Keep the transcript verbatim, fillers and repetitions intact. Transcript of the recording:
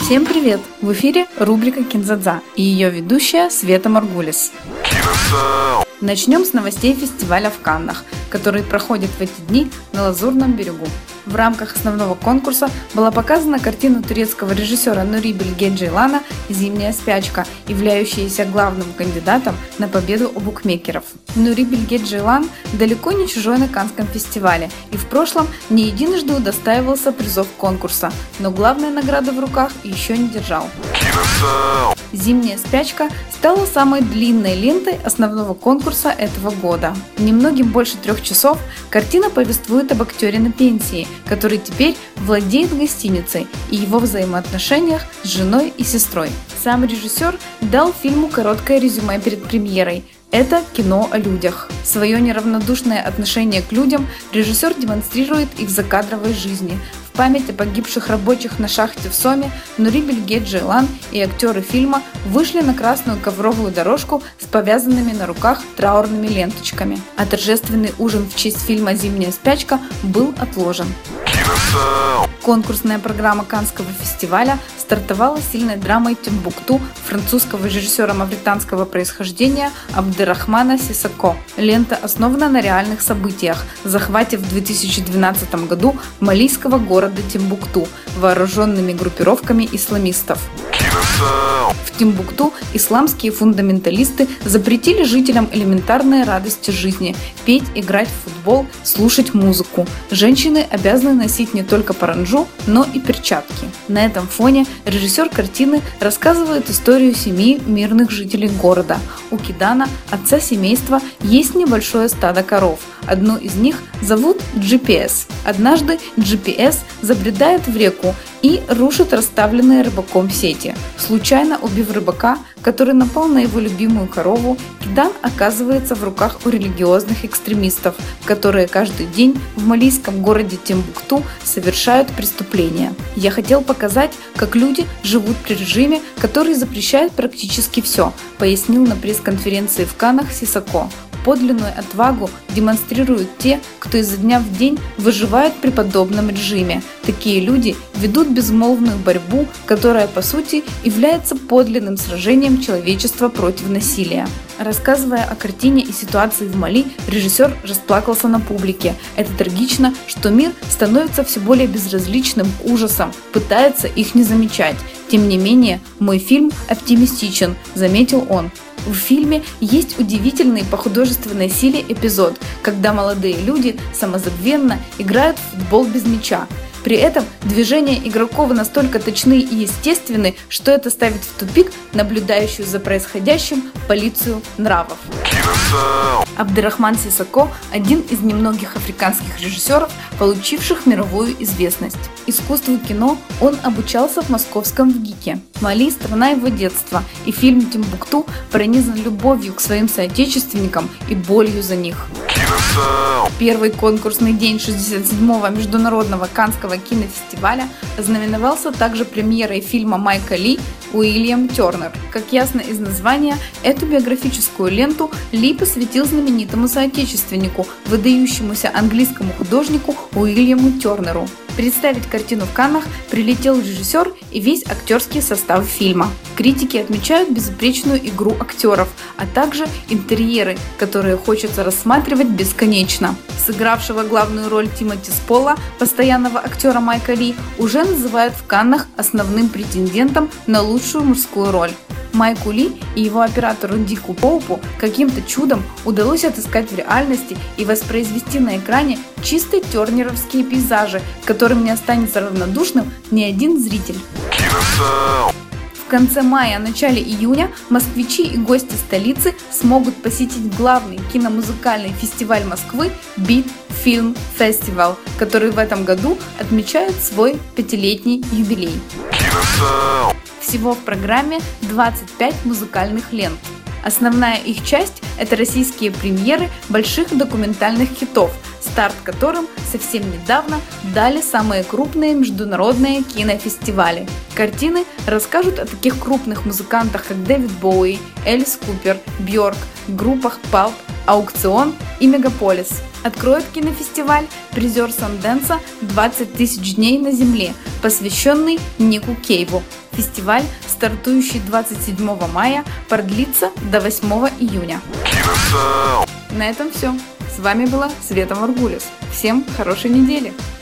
Всем привет! В эфире рубрика «Кинзадза» и ее ведущая Света Маргулис. Начнем с новостей фестиваля в Каннах, который проходит в эти дни на Лазурном берегу. В рамках основного конкурса была показана картина турецкого режиссера Нури Билге Ceylan'a «Зимняя спячка», являющаяся главным кандидатом на победу у букмекеров. Нури Билге Ceylan далеко не чужой на Каннском фестивале и в прошлом не единожды удостаивался призов конкурса, но главной награды в руках еще не держал. «Зимняя спячка» стала самой длинной лентой основного конкурса этого года. Немногим больше трех часов картина повествует об актере на пенсии, который теперь владеет гостиницей, и его взаимоотношениях с женой и сестрой. Сам режиссер дал фильму короткое резюме перед премьерой. Это кино о людях. Свое неравнодушное отношение к людям режиссер демонстрирует и в закадровой жизни. В память о погибших рабочих на шахте в Соме Нури Билге Ceylan и актеры фильма вышли на красную ковровую дорожку с повязанными на руках траурными ленточками. А торжественный ужин в честь фильма «Зимняя спячка» был отложен. Конкурсная программа Каннского фестиваля стартовала сильной драмой «Тимбукту» французского режиссера мавританского происхождения Абдеррахмана Сисако. Лента основана на реальных событиях, захвате в две тысячи двенадцатом году малийского города Тимбукту вооруженными группировками исламистов. В Тимбукту исламские фундаменталисты запретили жителям элементарные радости жизни – петь, играть в футбол, слушать музыку. Женщины обязаны носить не только паранджу, но и перчатки. На этом фоне режиссер картины рассказывает историю семьи мирных жителей города. У Кидана, отца семейства, есть небольшое стадо коров. Одну из них зовут джи пи эс. Однажды джи пи эс забредает в реку и рушит расставленные рыбаком сети. Случайно убив рыбака, который напал на его любимую корову, Кидан оказывается в руках у религиозных экстремистов, которые каждый день в малийском городе Тимбукту совершают преступления. Я хотел показать, как люди живут при режиме, который запрещает практически все, пояснил на пресс-конференции в Каннах Сисако. Подлинную отвагу демонстрируют те, кто изо дня в день выживает при подобном режиме. Такие люди ведут безмолвную борьбу, которая по сути является подлинным сражением человечества против насилия. Рассказывая о картине и ситуации в Мали, режиссер расплакался на публике. Это трагично, что мир становится все более безразличным к ужасам, пытается их не замечать. Тем не менее, мой фильм оптимистичен, заметил он. В фильме есть удивительный по художественной силе эпизод, когда молодые люди самозабвенно играют в футбол без мяча. При этом движения игроков настолько точны и естественны, что это ставит в тупик наблюдающую за происходящим полицию нравов. Абдеррахман Сисако – один из немногих африканских режиссеров, получивших мировую известность. Искусству кино он обучался в московском ВГИКе. Мали – страна его детства, и фильм «Тимбукту» пронизан любовью к своим соотечественникам и болью за них. Первый конкурсный день шестьдесят седьмого международного Каннского кинофестиваля ознаменовался также премьерой фильма Майка Ли «Уильям Тернер». Как ясно из названия, эту биографическую ленту Ли посвятил знаменитому соотечественнику, выдающемуся английскому художнику Уильяму Тернеру. Представить картину в Каннах прилетел режиссер и весь актерский состав фильма. Критики отмечают безупречную игру актеров, а также интерьеры, которые хочется рассматривать бесконечно. Сыгравшего главную роль Тимоти Спола, постоянного актера Майка Ли, уже называют в Каннах основным претендентом на лучшую мужскую роль. Майку Ли и его оператору Дику Поупу каким-то чудом удалось отыскать в реальности и воспроизвести на экране чисто тернеровские пейзажи, к которым не останется равнодушным ни один зритель. В конце мая, начале июня москвичи и гости столицы смогут посетить главный киномузыкальный фестиваль Москвы Beat Film Festival, который в этом году отмечает свой пятилетний юбилей. Всего в программе двадцать пять музыкальных лент. Основная их часть – это российские премьеры больших документальных хитов, старт которым совсем недавно дали самые крупные международные кинофестивали. Картины расскажут о таких крупных музыкантах, как Дэвид Боуи, Элис Купер, Бьорк, группах Pulp, Аукцион и Мегаполис. Откроет кинофестиваль призер Санденса «двадцать тысяч дней на земле», посвященный Нику Кейву. Фестиваль, стартующий двадцать седьмого мая, продлится до восьмого июня. На этом все. С вами была Света Маргулис. Всем хорошей недели!